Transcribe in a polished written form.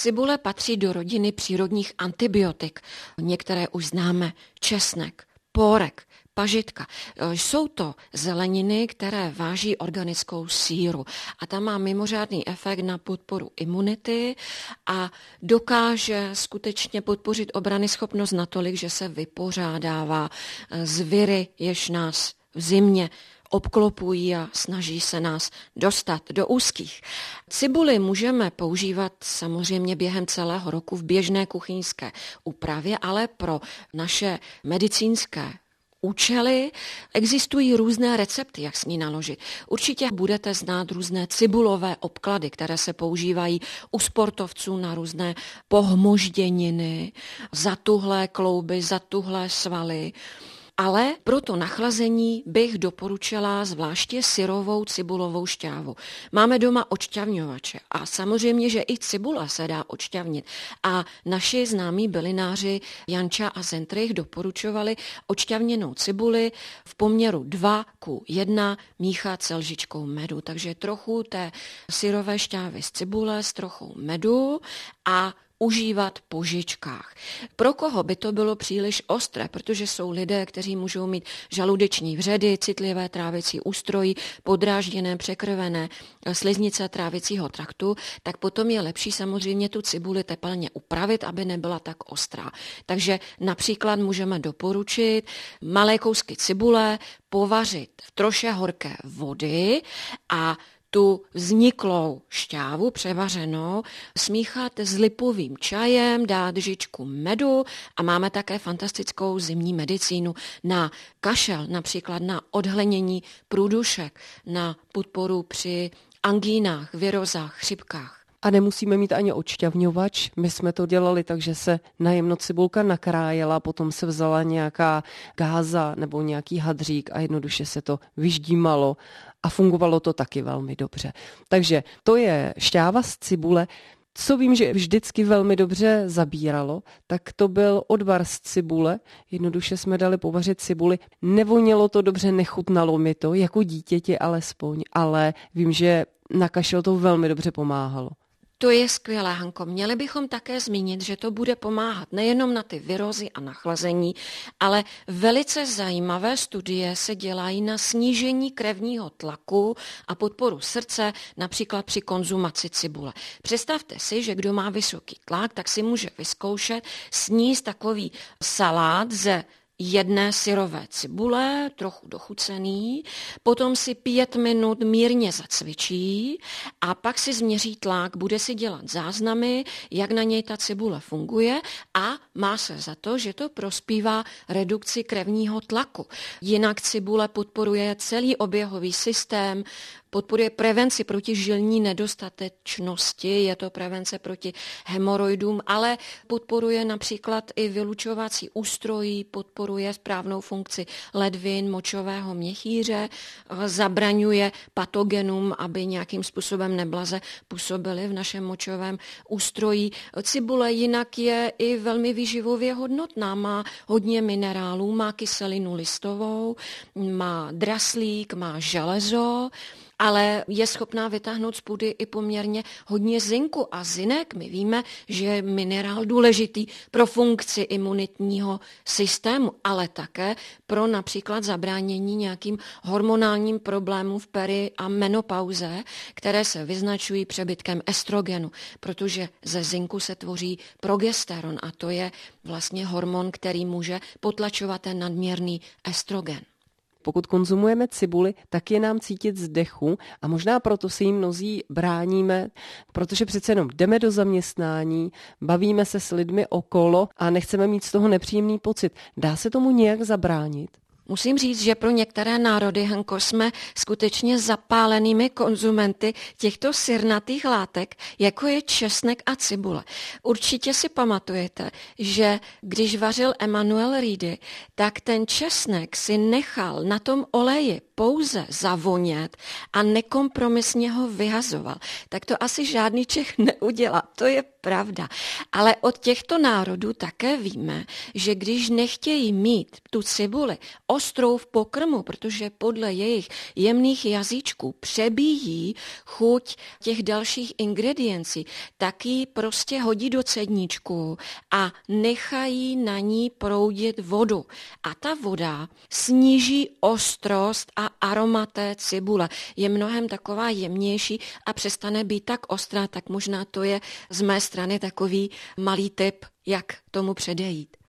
Cibule patří do rodiny přírodních antibiotik. Některé už známe: česnek, pórek, pažitka. Jsou to zeleniny, které váží organickou síru a ta má mimořádný efekt na podporu imunity a dokáže skutečně podpořit obranyschopnost natolik, že se vypořádává s viry, jež nás v zimě obklopují a snaží se nás dostat do úzkých. Cibuli můžeme používat samozřejmě během celého roku v běžné kuchyňské úpravě, ale pro naše medicínské účely existují různé recepty, jak s ní naložit. Určitě budete znát různé cibulové obklady, které se používají u sportovců na různé pohmožděniny, zatuhlé klouby, zatuhlé svaly. Ale pro to nachlazení bych doporučila zvláště syrovou cibulovou šťávu. Máme doma odšťavňovače a samozřejmě, že i cibule se dá odšťavnit. A naši známí bylináři Janča a Zentrich doporučovali odšťavněnou cibuli v poměru 2:1 míchat se lžičkou medu. Takže trochu té syrové šťávy z cibule s trochou medu a užívat po žičkách. Pro koho by to bylo příliš ostré, protože jsou lidé, kteří můžou mít žaludeční vředy, citlivé trávicí ústrojí, podrážděné, překrvené sliznice trávicího traktu, tak potom je lepší samozřejmě tu cibuli tepelně upravit, aby nebyla tak ostrá. Takže například můžeme doporučit malé kousky cibule povařit v troše horké vody a tu vzniklou šťávu převařenou smíchat s lipovým čajem, dát žičku medu a máme také fantastickou zimní medicínu na kašel, například na odhlenění průdušek, na podporu při angínách, virozách, chřipkách. A nemusíme mít ani odšťavňovač. My jsme to dělali tak, že se najemno cibulka nakrájela, potom se vzala nějaká gáza nebo nějaký hadřík a jednoduše se to vyždímalo a fungovalo to taky velmi dobře. Takže to je šťáva z cibule. Co vím, že vždycky velmi dobře zabíralo, tak to byl odvar z cibule. Jednoduše jsme dali povařit cibuli. Nevonělo to dobře, nechutnalo mi to, jako dítěti alespoň, ale vím, že na kašel to velmi dobře pomáhalo. To je skvělé, Hanko. Měli bychom také zmínit, že to bude pomáhat nejenom na ty virózy a nachlazení, ale velice zajímavé studie se dělají na snížení krevního tlaku a podporu srdce, například při konzumaci cibule. Představte si, že kdo má vysoký tlak, tak si může vyzkoušet sníst takový salát ze jedné syrové cibule, trochu dochucený, potom si 5 minut mírně zacvičí a pak si změří tlak, bude si dělat záznamy, jak na něj ta cibule funguje a má se za to, že to prospívá redukci krevního tlaku. Jinak cibule podporuje celý oběhový systém, podporuje prevenci proti žilní nedostatečnosti, je to prevence proti hemoroidům, ale podporuje například i vylučovací ústrojí, podporuje správnou funkci ledvin, močového měchýře, zabraňuje patogenům, aby nějakým způsobem neblaze působily v našem močovém ústrojí. Cibule jinak je i velmi výživově hodnotná, má hodně minerálů, má kyselinu listovou, má draslík, má železo, ale je schopná vytáhnout z půdy i poměrně hodně zinku. A zinek, my víme, že je minerál důležitý pro funkci imunitního systému, ale také pro například zabránění nějakým hormonálním problémům v peri- a menopauze, které se vyznačují přebytkem estrogenu, protože ze zinku se tvoří progesteron a to je vlastně hormon, který může potlačovat ten nadměrný estrogen. Pokud konzumujeme cibuli, tak je nám cítit z dechu a možná proto si jim mnozí bráníme, protože přece jenom jdeme do zaměstnání, bavíme se s lidmi okolo a nechceme mít z toho nepříjemný pocit. Dá se tomu nějak zabránit? Musím říct, že pro některé národy, Hanko, jsme skutečně zapálenými konzumenty těchto sirnatých látek, jako je česnek a cibule. Určitě si pamatujete, že když vařil Emanuel Reedy, tak ten česnek si nechal na tom oleji pouze zavonět a nekompromisně ho vyhazoval. Tak to asi žádný Čech neudělá. To je pravda. Ale od těchto národů také víme, že když nechtějí mít tu cibuli ostrou v pokrmu, protože podle jejich jemných jazyčků přebíjí chuť těch dalších ingrediencí, tak ji prostě hodí do cedníčku a nechají na ní proudit vodu. A ta voda sníží ostrost a aroma té cibule. Je mnohem taková jemnější a přestane být tak ostrá, tak možná to je z mé strany takový malý tip, jak tomu předejít.